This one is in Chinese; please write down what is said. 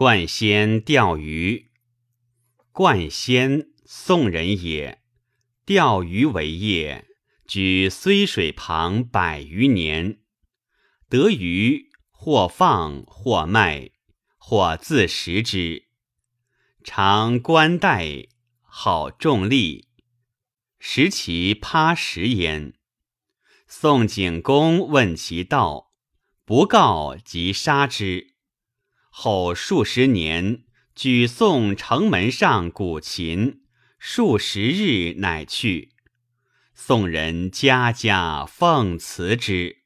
冠仙钓鱼。冠仙，宋人也，钓鱼为业，居睢水旁100余年。得鱼，或放，或卖，或自食之。常冠带，好重利，食其趴食焉。宋景公问其道，不告即杀之。后数十年，举宋城门上鼓琴，数十日乃去。宋人家家奉辞之。